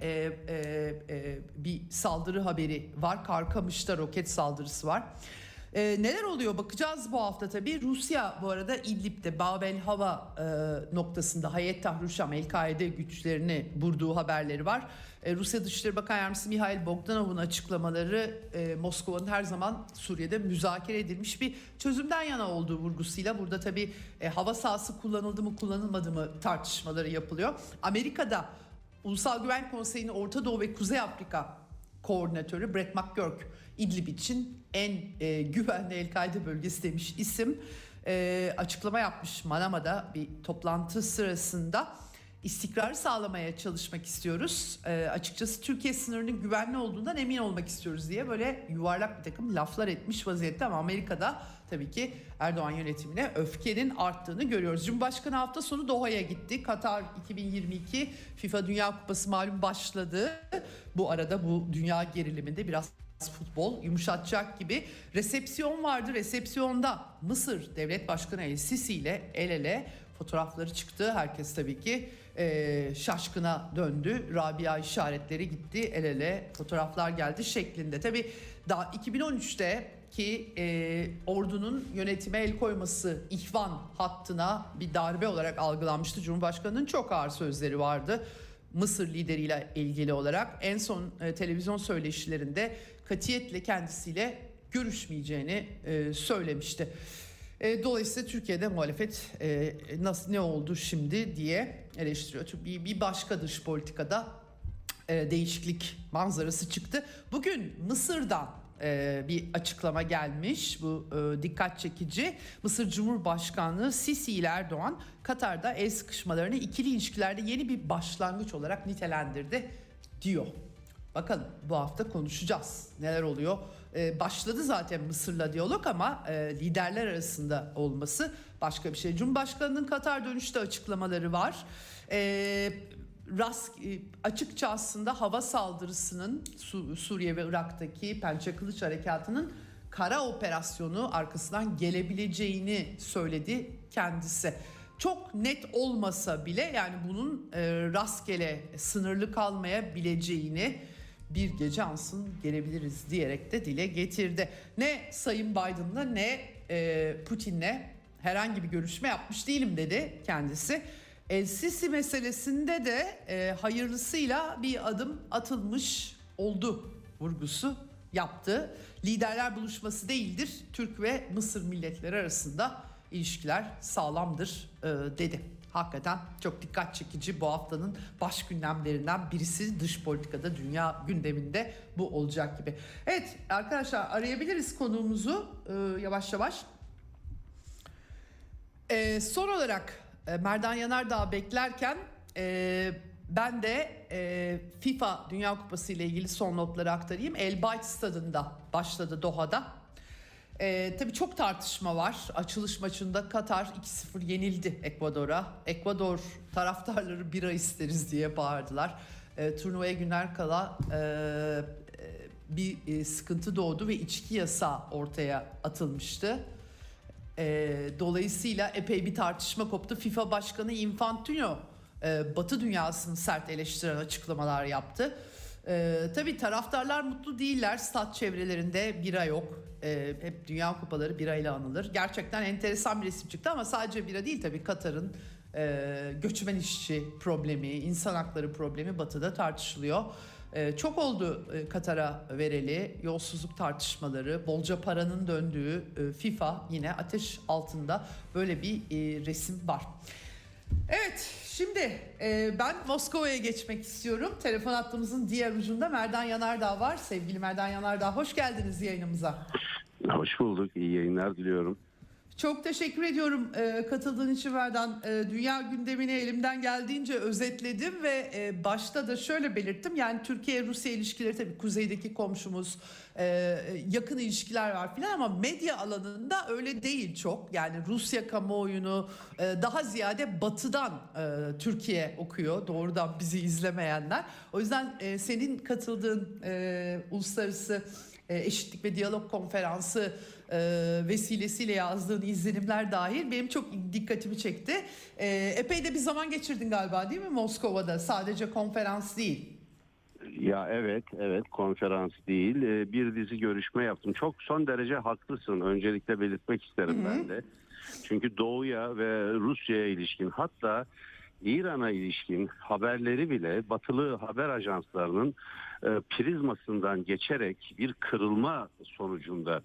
bir saldırı haberi var. Karkamış'ta roket saldırısı var. Neler oluyor bakacağız bu hafta tabii. Rusya bu arada İdlib'de Babel Hava noktasında Hayat Tahrir Şam El-Kaide güçlerini vurduğu haberleri var. Rusya Dışişleri Bakan Yardımcısı Mihail Bogdanov'un açıklamaları Moskova'nın her zaman Suriye'de müzakere edilmiş bir çözümden yana olduğu vurgusuyla burada tabii hava sahası kullanıldı mı kullanılmadı mı tartışmaları yapılıyor. Amerika'da Ulusal Güvenlik Konseyi'nin Orta Doğu ve Kuzey Afrika koordinatörü Brett McGurk İdlib için en güvenli El-Kaide bölgesi demiş isim. Açıklama yapmış Manama'da bir toplantı sırasında. İstikrarı sağlamaya çalışmak istiyoruz. Açıkçası Türkiye sınırının güvenli olduğundan emin olmak istiyoruz diye böyle yuvarlak bir takım laflar etmiş vaziyette ama Amerika'da tabii ki Erdoğan yönetimine öfkenin arttığını görüyoruz. Cumhurbaşkanı hafta sonu Doha'ya gitti. Katar 2022 FIFA Dünya Kupası malum başladı. Bu arada bu dünya geriliminde biraz futbol yumuşatacak gibi resepsiyon vardı. Resepsiyonda Mısır Devlet Başkanı El Sisi ile el ele fotoğrafları çıktı. Herkes tabii ki şaşkına döndü. Rabia işaretleri gitti. El ele fotoğraflar geldi şeklinde. Tabii daha 2013'te ki ordunun yönetime el koyması ihvan hattına bir darbe olarak algılanmıştı. Cumhurbaşkanının çok ağır sözleri vardı Mısır lideriyle ilgili olarak. En son televizyon söyleşilerinde katiyetle kendisiyle görüşmeyeceğini söylemişti. Dolayısıyla Türkiye'de muhalefet ne oldu şimdi diye eleştiriyor. Bir başka dış politikada değişiklik manzarası çıktı. Bugün Mısır'dan bir açıklama gelmiş. Bu dikkat çekici. Mısır Cumhurbaşkanı Sisi ile Erdoğan Katar'da el sıkışmalarını ikili ilişkilerde yeni bir başlangıç olarak nitelendirdi diyor. Bakalım bu hafta konuşacağız. Neler oluyor? Başladı zaten Mısır'la diyalog ama liderler arasında olması başka bir şey. Cumhurbaşkanının Katar dönüşte açıklamaları var. Açıkça aslında hava saldırısının Suriye ve Irak'taki Pençe Kılıç Harekatı'nın kara operasyonu arkasından gelebileceğini söyledi kendisi. Çok net olmasa bile yani bunun rastgele sınırlı kalmayabileceğini bir gece ansın gelebiliriz diyerek de dile getirdi. Ne Sayın Biden'la ne Putin'le herhangi bir görüşme yapmış değilim dedi kendisi. El-Sisi meselesinde de hayırlısıyla bir adım atılmış oldu vurgusu yaptı. Liderler buluşması değildir. Türk ve Mısır milletleri arasında ilişkiler sağlamdır dedi. Hakikaten çok dikkat çekici bu haftanın baş gündemlerinden birisi, dış politikada, dünya gündeminde bu olacak gibi. Evet arkadaşlar, arayabiliriz konuğumuzu yavaş yavaş. Son olarak Merdan Yanardağ beklerken ben de FIFA Dünya Kupası ile ilgili son notları aktarayım. El Bayt stadında başladı Doha'da. Tabii çok tartışma var. Açılış maçında Katar 2-0 yenildi Ekvador'a. Ekvador taraftarları bira isteriz diye bağırdılar. Turnuvaya günler kala bir sıkıntı doğdu ve içki yasağı ortaya atılmıştı. Dolayısıyla epey bir tartışma koptu. FIFA Başkanı Infantino Batı dünyasını sert eleştiren açıklamalar yaptı. Tabii taraftarlar mutlu değiller. Stat çevrelerinde bira yok. Hep Dünya Kupaları birayla anılır. Gerçekten enteresan bir resim çıktı ama sadece bira değil tabii. Katar'ın göçmen işçi problemi, insan hakları problemi Batı'da tartışılıyor. Çok oldu Katar'a vereli yolsuzluk tartışmaları, bolca paranın döndüğü FIFA yine ateş altında, böyle bir resim var. Evet, şimdi ben Moskova'ya geçmek istiyorum. Telefon hattımızın diğer ucunda Merdan Yanardağ var. Sevgili Merdan Yanardağ, hoş geldiniz yayınımıza. Hoş bulduk, iyi yayınlar diliyorum. Çok teşekkür ediyorum katıldığın için Merdan. Dünya gündemini elimden geldiğince özetledim ve başta da şöyle belirttim. Yani Türkiye-Rusya ilişkileri tabii kuzeydeki komşumuz, yakın ilişkiler var filan ama medya alanında öyle değil çok. Yani Rusya kamuoyunu daha ziyade batıdan Türkiye okuyor, doğrudan bizi izlemeyenler. O yüzden senin katıldığın uluslararası Eşitlik ve Diyalog Konferansı vesilesiyle yazdığın izlenimler dahil benim çok dikkatimi çekti. Epey de bir zaman geçirdin galiba, değil mi Moskova'da? Sadece konferans değil. Ya evet konferans değil, bir dizi görüşme yaptım. Çok son derece haklısın, öncelikle belirtmek isterim ben de. Çünkü Doğu'ya ve Rusya'ya ilişkin, hatta İran'a ilişkin haberleri bile batılı haber ajanslarının prizmasından geçerek bir kırılma sonucunda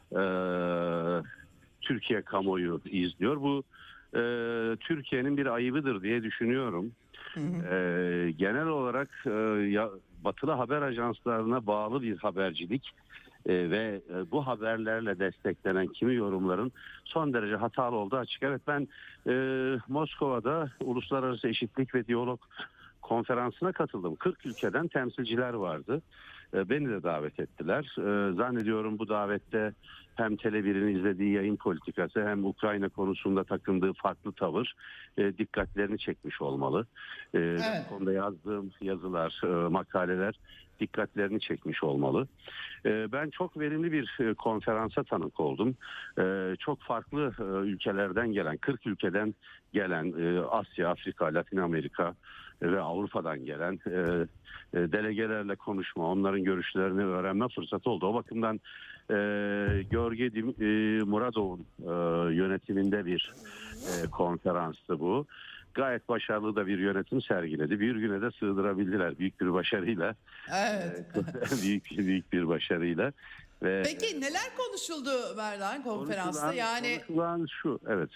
Türkiye kamuoyu izliyor. Bu Türkiye'nin bir ayıbıdır diye düşünüyorum. Genel olarak batılı haber ajanslarına bağlı bir habercilik ve bu haberlerle desteklenen kimi yorumların son derece hatalı olduğu açık. Evet, ben Moskova'da Uluslararası Eşitlik ve Diyalog Konferansı'na katıldım. 40 ülkeden temsilciler vardı. Beni de davet ettiler. Zannediyorum bu davette hem Tele1'in izlediği yayın politikası hem Ukrayna konusunda takındığı farklı tavır dikkatlerini çekmiş olmalı. Evet. Bu konuda yazdığım yazılar, makaleler dikkatlerini çekmiş olmalı. Ben çok verimli bir konferansa tanık oldum. Çok farklı ülkelerden gelen, 40 ülkeden gelen, Asya, Afrika, Latin Amerika ve Avrupa'dan gelen delegelerle konuşma, onların görüşlerini öğrenme fırsatı oldu. O bakımdan Georgi Muradov'un yönetiminde bir konferanstı bu. Gayet başarılı da bir yönetim sergiledi. Bir güne de sığdırabildiler büyük bir başarıyla. Evet. büyük bir başarıyla. Ve peki neler konuşuldu Merdan konferansta? Konuşulan şu, evet.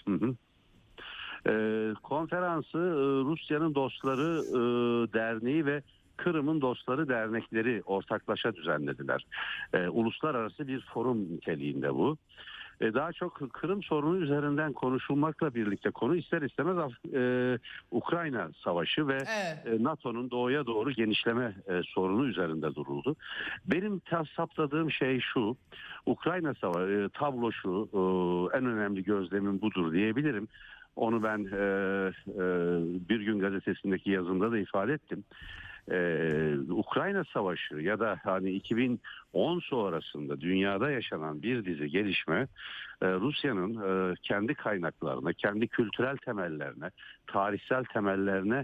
Konferansı Rusya'nın Dostları Derneği ve Kırım'ın Dostları Dernekleri ortaklaşa düzenlediler. Uluslararası bir forum niteliğinde bu. Daha çok Kırım sorunu üzerinden konuşulmakla birlikte konu ister istemez Ukrayna Savaşı ve Evet. NATO'nun doğuya doğru genişleme sorunu üzerinde duruldu. Benim saptadığım şey şu, Ukrayna Savaşı tablo şu, en önemli gözlemim budur diyebilirim. Onu ben Bir Gün gazetesindeki yazımda da ifade ettim. Ukrayna Savaşı ya da hani 2010 sonrasında dünyada yaşanan bir dizi gelişme Rusya'nın kendi kaynaklarına, kendi kültürel temellerine, tarihsel temellerine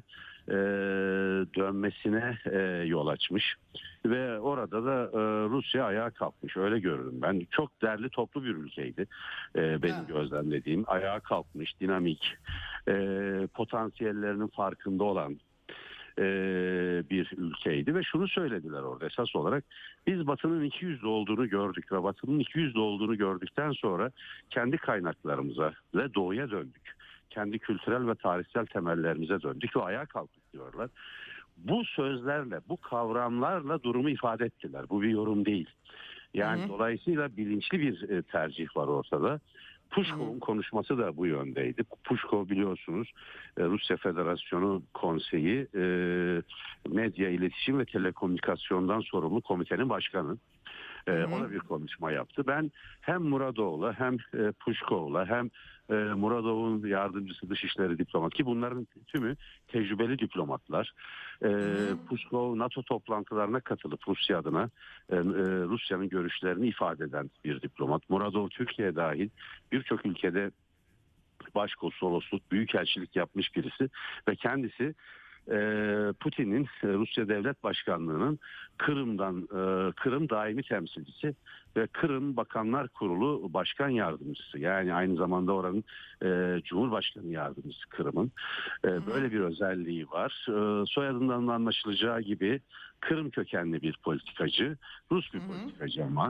dönmesine yol açmış ve orada da Rusya ayağa kalkmış, öyle görürüm ben. Çok derli toplu bir ülkeydi benim gözlemlediğim, ayağa kalkmış, dinamik, potansiyellerinin farkında olan bir ülkeydi ve şunu söylediler orada esas olarak: biz Batı'nın ikiyüzlü olduğunu gördük ve Batı'nın ikiyüzlü olduğunu gördükten sonra kendi kaynaklarımıza ve doğuya döndük. Kendi kültürel ve tarihsel temellerimize döndük ve ayağa kalktık diyorlar. Bu sözlerle, bu kavramlarla durumu ifade ettiler. Bu bir yorum değil. Yani dolayısıyla bilinçli bir tercih var ortada. Pushkov'un konuşması da bu yöndeydi. Pushkov biliyorsunuz Rusya Federasyonu Konseyi Medya, İletişim ve Telekomünikasyon'dan sorumlu komitenin başkanı. Ona bir konuşma yaptı. Ben hem Muradov'la hem Pushkov'la hem Muradov'un yardımcısı dışişleri diplomat, ki bunların tümü tecrübeli diplomatlar. Pushkov NATO toplantılarına katılıp Rusya adına Rusya'nın görüşlerini ifade eden bir diplomat. Muradov Türkiye dahil birçok ülkede başkonsolosluk, büyükelçilik yapmış birisi ve kendisi Putin'in Rusya Devlet Başkanlığı'nın Kırım daimi temsilcisi ve Kırım Bakanlar Kurulu Başkan Yardımcısı. Yani aynı zamanda oranın Cumhurbaşkanı Yardımcısı Kırım'ın. Böyle bir özelliği var. Soyadından anlaşılacağı gibi Kırım kökenli bir politikacı, Rus bir politikacı ama.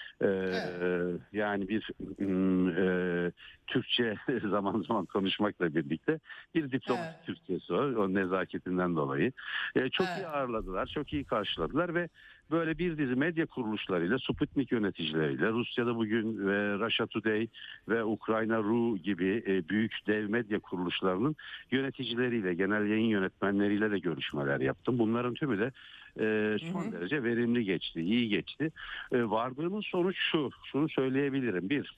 Yani bir Türkçe zaman zaman konuşmakla birlikte bir diplomat Türkçesi var, o nezaketinden dolayı. Çok iyi ağırladılar, çok iyi karşıladılar ve böyle bir dizi medya kuruluşlarıyla, Sputnik yöneticileriyle, Rusya'da Bugün ve Russia Today ve Ukrayna.ru gibi büyük dev medya kuruluşlarının yöneticileriyle, genel yayın yönetmenleriyle de görüşmeler yaptım. Bunların tümü de son derece verimli geçti, iyi geçti. Vardığımız sonuç şu, şunu söyleyebilirim. Bir,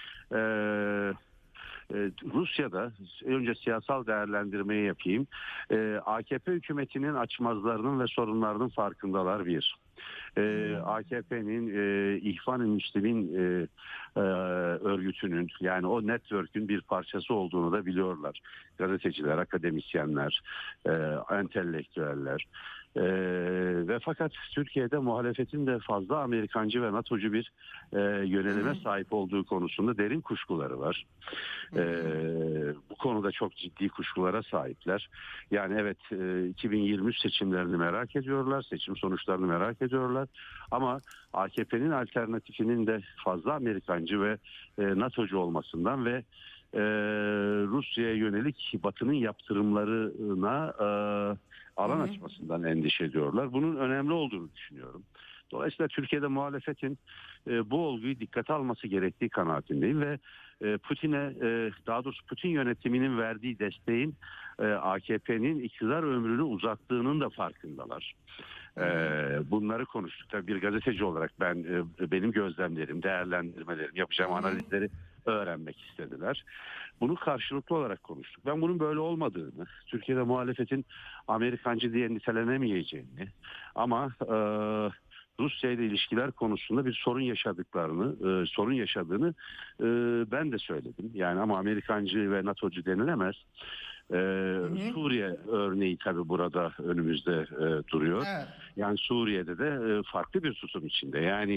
Rusya'da önce siyasal değerlendirmeyi yapayım. AKP hükümetinin açmazlarının ve sorunlarının farkındalar bir. AKP'nin İhvan-ı Müslim'in örgütünün, yani o network'ün bir parçası olduğunu da biliyorlar. Gazeteciler, akademisyenler, entelektüeller. Ve fakat Türkiye'de muhalefetin de fazla Amerikancı ve NATO'cu bir yönelime sahip olduğu konusunda derin kuşkuları var. Bu konuda çok ciddi kuşkulara sahipler. Yani evet, 2023 seçimlerini merak ediyorlar, seçim sonuçlarını merak ediyorlar. Ama AKP'nin alternatifinin de fazla Amerikancı ve NATO'cu olmasından ve Rusya'ya yönelik Batı'nın yaptırımlarına alan açmasından endişe ediyorlar. Bunun önemli olduğunu düşünüyorum. Dolayısıyla Türkiye'de muhalefetin bu olguyu dikkate alması gerektiği kanaatindeyim ve Putin'e, daha doğrusu Putin yönetiminin verdiği desteğin AKP'nin iktidar ömrünü uzattığının da farkındalar. Bunları konuştuk. Tabii bir gazeteci olarak benim gözlemlerim, değerlendirmelerim, yapacağım analizleri öğrenmek istediler. Bunu karşılıklı olarak konuştuk. Ben bunun böyle olmadığını, Türkiye'de muhalefetin Amerikancı diye nitelenemeyeceğini ama Rusya ile ilişkiler konusunda bir sorun yaşadığını ben de söyledim. Yani ama Amerikancı ve NATO'cu denilemez. Suriye örneği tabii burada önümüzde duruyor. Evet. Yani Suriye'de de farklı bir tutum içinde. Yani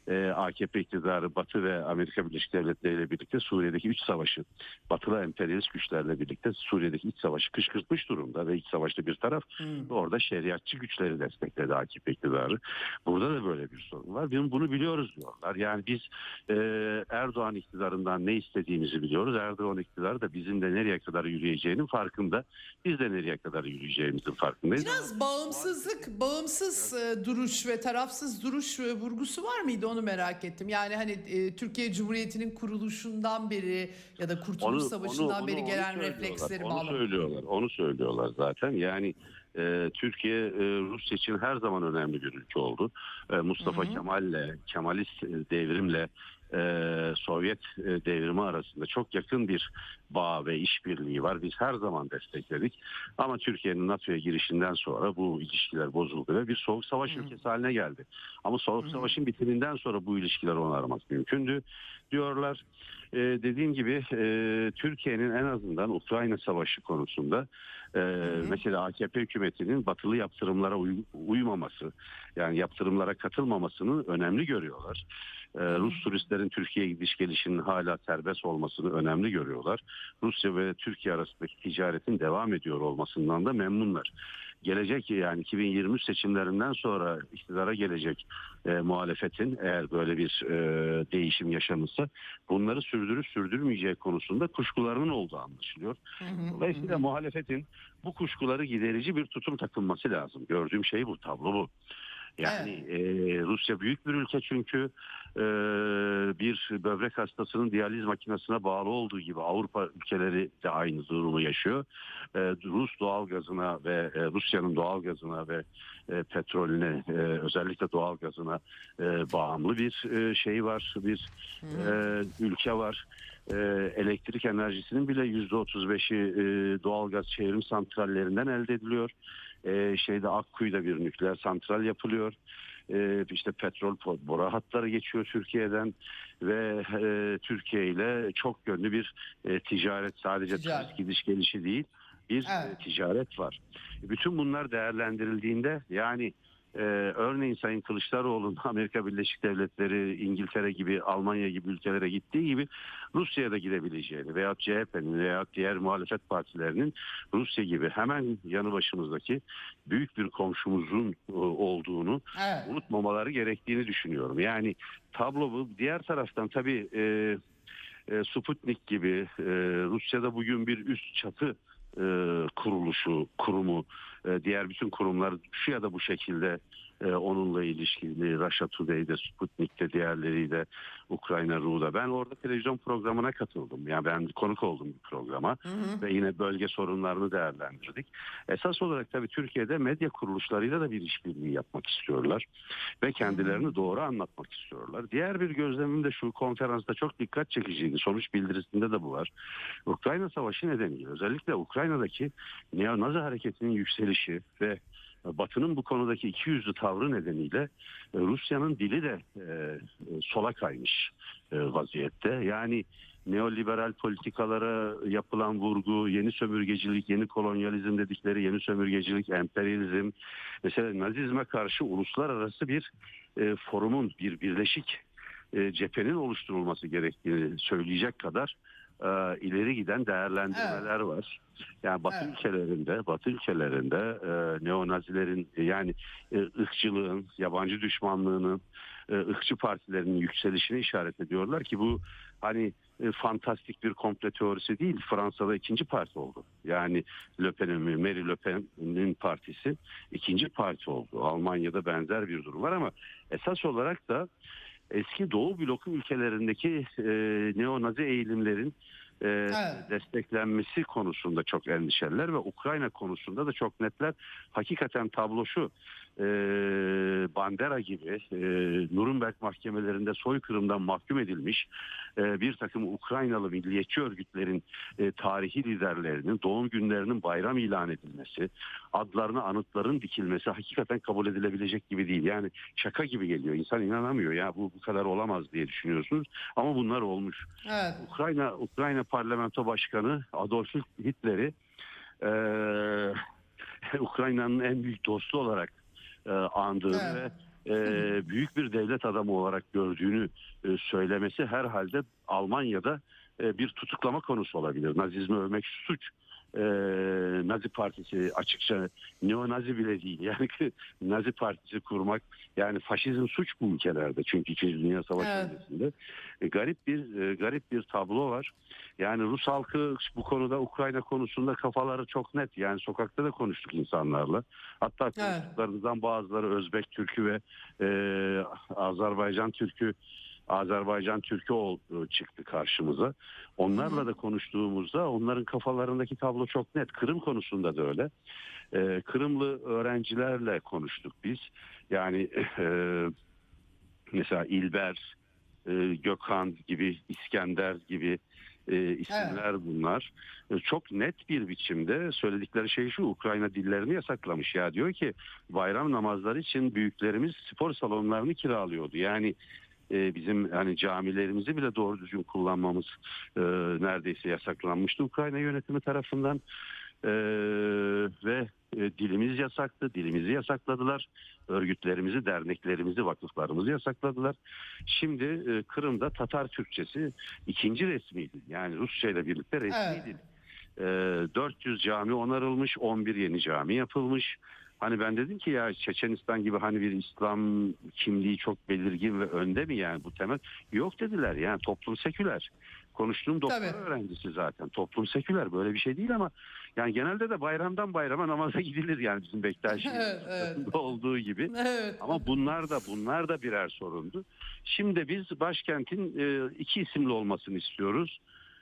AKP iktidarı Batı ve Amerika Birleşik Devletleri ile birlikte Suriye'deki iç savaşı, Batılı emperyalist güçlerle birlikte Suriye'deki iç savaşı kışkırtmış durumda ve iç savaşta bir taraf orada şeriatçı güçleri destekledi AKP iktidarı. Burada da böyle bir sorun var. Bunu biliyoruz diyorlar. Yani biz Erdoğan iktidarından ne istediğimizi biliyoruz. Erdoğan iktidarı da bizim de nereye kadar yürüyeceğinin farkında. Biz de nereye kadar yürüyeceğimizin farkındayız. Biraz bağımsız duruş ve tarafsız duruş vurgusu var mıydı, onu merak ettim. Yani hani Türkiye Cumhuriyeti'nin kuruluşundan beri ya da Kurtuluş Savaşı'ndan beri gelen refleksleri bağlı. Onu söylüyorlar zaten. Yani Türkiye Rusya için her zaman önemli bir ülke oldu. Mustafa Kemal'le, Kemalist devrimle Sovyet devrimi arasında çok yakın bir bağ ve işbirliği var. Biz her zaman destekledik. Ama Türkiye'nin NATO'ya girişinden sonra bu ilişkiler bozuldu ve bir soğuk savaş ülkesi haline geldi. Ama soğuk savaşın bitiminden sonra bu ilişkiler onarmak mümkündü diyorlar. Dediğim gibi Türkiye'nin en azından Ukrayna Savaşı konusunda mesela AKP hükümetinin batılı yaptırımlara uymaması, yani yaptırımlara katılmamasını önemli görüyorlar. Rus turistlerin Türkiye'ye gidiş gelişinin hala serbest olmasını önemli görüyorlar. Rusya ve Türkiye arasındaki ticaretin devam ediyor olmasından da memnunlar. Gelecek, yani 2023 seçimlerinden sonra iktidara gelecek muhalefetin eğer böyle bir değişim yaşanırsa bunları sürdürüp sürdürmeyeceği konusunda kuşkularının olduğu anlaşılıyor. Dolayısıyla muhalefetin bu kuşkuları giderici bir tutum takılması lazım. Gördüğüm şey bu, tablo bu. Yani Rusya büyük bir ülke çünkü bir böbrek hastasının diyaliz makinesine bağlı olduğu gibi Avrupa ülkeleri de aynı durumu yaşıyor. Rus doğalgazına ve Rusya'nın doğalgazına ve petrolüne, özellikle doğalgazına bağımlı bir şey var, bir ülke var. Elektrik enerjisinin bile %35'i doğalgaz çevrim santrallerinden elde ediliyor. Akkuyu'da bir nükleer santral yapılıyor. İşte petrol boru hatları geçiyor Türkiye'den ve Türkiye ile çok yönlü bir ticaret, sadece turist gidiş gelişi değil, bir ticaret var. Bütün bunlar değerlendirildiğinde, yani örneğin Sayın Kılıçdaroğlu'nun Amerika Birleşik Devletleri, İngiltere gibi, Almanya gibi ülkelere gittiği gibi Rusya'ya da gidebileceğini veya CHP'nin veya diğer muhalefet partilerinin Rusya gibi hemen yanı başımızdaki büyük bir komşumuzun olduğunu unutmamaları gerektiğini düşünüyorum. Yani tablo bu. Diğer taraftan tabii Sputnik gibi Rusya'da bugün bir üst çatı kurumu, diğer bütün kurumlar şu ya da bu şekilde onunla ilişkili, Russia Today'de, Sputnik'te, diğerleriyle, Ukrayna Ru'da. Ben orada televizyon programına katıldım. Yani ben konuk oldum bir programa ve yine bölge sorunlarını değerlendirdik. Esas olarak tabii Türkiye'de medya kuruluşlarıyla da bir işbirliği yapmak istiyorlar ve kendilerini doğru anlatmak istiyorlar. Diğer bir gözlemim de şu, konferansta çok dikkat çekiciydi. Sonuç bildirisinde de bu var. Ukrayna Savaşı nedeniyle özellikle Ukrayna'daki Neo-Nazi hareketinin yükselişi ve Batı'nın bu konudaki ikiyüzlü tavrı nedeniyle Rusya'nın dili de sola kaymış vaziyette. Yani neoliberal politikalara yapılan vurgu, yeni sömürgecilik, yeni kolonyalizm dedikleri yeni sömürgecilik, emperyalizm, mesela Nazizme karşı uluslararası bir forumun, bir birleşik cephenin oluşturulması gerektiğini söyleyecek kadar ileri giden değerlendirmeler var. Yani Batı ülkelerinde neonazilerin, yani ırkçılığın, yabancı düşmanlığının, ırkçı partilerin yükselişine işaret ediyorlar ki bu hani fantastik bir komple teorisi değil. Fransa'da ikinci parti oldu. Yani Marie Le Pen'in partisi ikinci parti oldu. Almanya'da benzer bir durum var ama esas olarak da eski Doğu bloku ülkelerindeki neonazi eğilimlerin desteklenmesi konusunda çok endişeliler ve Ukrayna konusunda da çok netler. Hakikaten tablo şu, Bandera gibi Nuremberg mahkemelerinde soykırımdan mahkum edilmiş bir takım Ukraynalı milliyetçi örgütlerin tarihi liderlerinin doğum günlerinin bayram ilan edilmesi, adlarına anıtların dikilmesi hakikaten kabul edilebilecek gibi değil. Yani şaka gibi geliyor. İnsan inanamıyor ya, bu kadar olamaz diye düşünüyorsunuz ama bunlar olmuş. Evet. Ukrayna Parlamento Başkanı Adolf Hitler'i Ukrayna'nın en büyük dostu olarak andığını ve büyük bir devlet adamı olarak gördüğünü söylemesi herhalde Almanya'da bir tutuklama konusu olabilir. Nazizmi övmek suç. Nazi Partisi açıkça neonazi bile değil. Yani Nazi Partisi kurmak, yani faşizm suç bu ülkelerde. Çünkü 2. Dünya Savaşı öncesinde. Garip bir tablo var. Yani Rus halkı bu konuda, Ukrayna konusunda kafaları çok net. Yani sokakta da konuştuk insanlarla. Hatta konuştuklarımızdan bazıları Özbek Türk'ü ve Azerbaycan Türk'ü çıktı karşımıza. Onlarla da konuştuğumuzda onların kafalarındaki tablo çok net. Kırım konusunda da öyle. Kırımlı öğrencilerle konuştuk biz. Yani mesela İlber, Gökhan gibi, İskender gibi isimler bunlar. Çok net bir biçimde söyledikleri şey şu: Ukrayna dillerini yasaklamış. Ya diyor ki bayram namazları için büyüklerimiz spor salonlarını kiralıyordu. Yani bizim hani camilerimizi bile doğru düzgün kullanmamız neredeyse yasaklanmıştı Ukrayna yönetimi tarafından. Ve dilimiz yasaktı, dilimizi yasakladılar. Örgütlerimizi, derneklerimizi, vakıflarımızı yasakladılar. Şimdi Kırım'da Tatar Türkçesi ikinci resmi dil. Yani Rusça ile birlikte resmi dil. 400 cami onarılmış, 11 yeni cami yapılmış. Hani ben dedim ki ya Çeçenistan gibi hani bir İslam kimliği çok belirgin ve önde mi yani bu temel? Yok dediler, yani toplum seküler. Konuştuğum doktor öğrencisi zaten. Toplum seküler, böyle bir şey değil ama yani genelde de bayramdan bayrama namaza gidilir yani bizim Bektaşi'nin olduğu gibi. Ama bunlar da birer sorundu. Şimdi biz başkentin 2 isimli olmasını istiyoruz.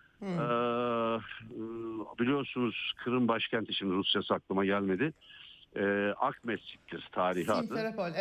Biliyorsunuz Kırım başkenti, şimdi Rusçası aklıma gelmedi. Akmescit'tir tarihi adı. Simferopol,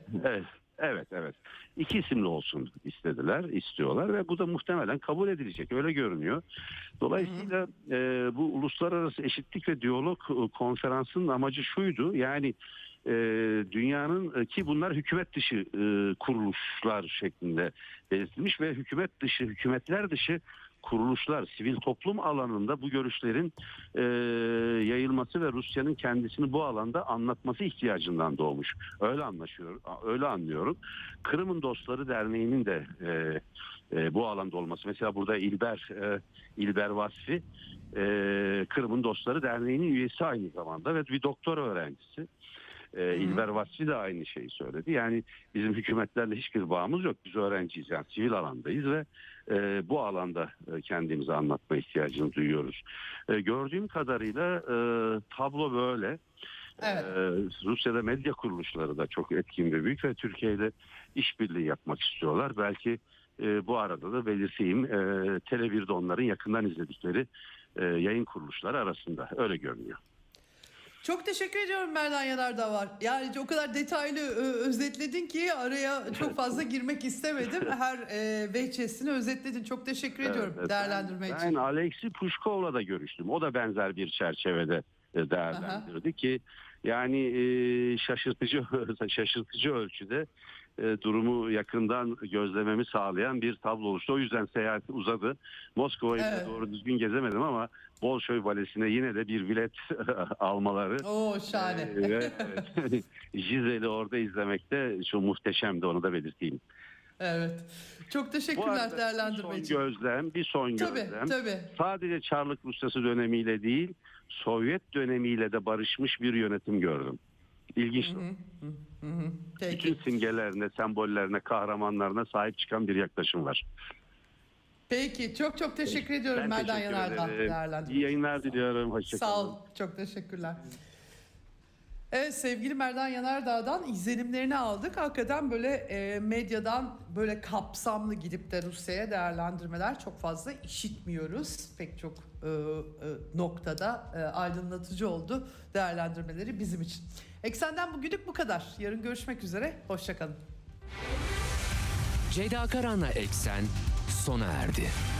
Evet. 2 isimli olsun istiyorlar ve bu da muhtemelen kabul edilecek, öyle görünüyor. Dolayısıyla bu Uluslararası Eşitlik ve Diyalog Konferansı'nın amacı şuydu: yani dünyanın, ki bunlar hükümet dışı kuruluşlar şeklinde belirtilmiş ve hükümetler dışı kuruluşlar, sivil toplum alanında bu görüşlerin yayılması ve Rusya'nın kendisini bu alanda anlatması ihtiyacından doğmuş. Öyle anlıyorum. Kırım'ın Dostları Derneği'nin de bu alanda olması. Mesela burada İlber Vasfi Kırım'ın Dostları Derneği'nin üyesi aynı zamanda ve bir doktor öğrencisi. İlber Vasfi de aynı şeyi söyledi. Yani bizim hükümetlerle hiçbir bağımız yok. Biz öğrenciyiz, yani sivil alandayız ve bu alanda kendimizi anlatma ihtiyacını duyuyoruz. Gördüğüm kadarıyla tablo böyle. Rusya'da medya kuruluşları da çok etkin ve büyük ve Türkiye ile işbirliği yapmak istiyorlar. Belki bu arada da belirteyim, Tele1'de onların yakından izledikleri yayın kuruluşları arasında, öyle görünüyor. Çok teşekkür ediyorum Merdan Yanardağ var. Yani o kadar detaylı özetledin ki araya çok fazla girmek istemedim. Her vehçesini özetledin. Çok teşekkür ediyorum değerlendirme için. Ben Alexey Pushkov'la da görüştüm. O da benzer bir çerçevede değerlendirdi ki yani şaşırtıcı ölçüde durumu yakından gözlememi sağlayan bir tablo oluştu. O yüzden seyahat uzadı. Moskova'yı doğru düzgün gezemedim ama Bolşoy Balesi'ne yine de bir bilet almaları. Şahane. Ve Jizel'i orada izlemekte şu muhteşemdi, onu da belirteyim. Evet. Çok teşekkürler değerlendirme için. Bir son gözlem. Tabii. Sadece Çarlık Rusyası dönemiyle değil, Sovyet dönemiyle de barışmış bir yönetim gördüm. İlginç. Bütün simgelerine, sembollerine, kahramanlarına sahip çıkan bir yaklaşım var. Peki. Çok teşekkür ediyorum Merdan Yanardağ. İyi yayınlar diliyorum. Hoşçakalın. Sağ ol. Çok teşekkürler. Evet, sevgili Merdan Yanardağ'dan izlenimlerini aldık. Hakikaten böyle medyadan böyle kapsamlı gidip de Rusya'ya değerlendirmeler çok fazla işitmiyoruz. Pek çok noktada aydınlatıcı oldu değerlendirmeleri bizim için. Eksen'den bugünlük bu kadar. Yarın görüşmek üzere. Hoşçakalın. Ceyda Karan'la Eksen sona erdi.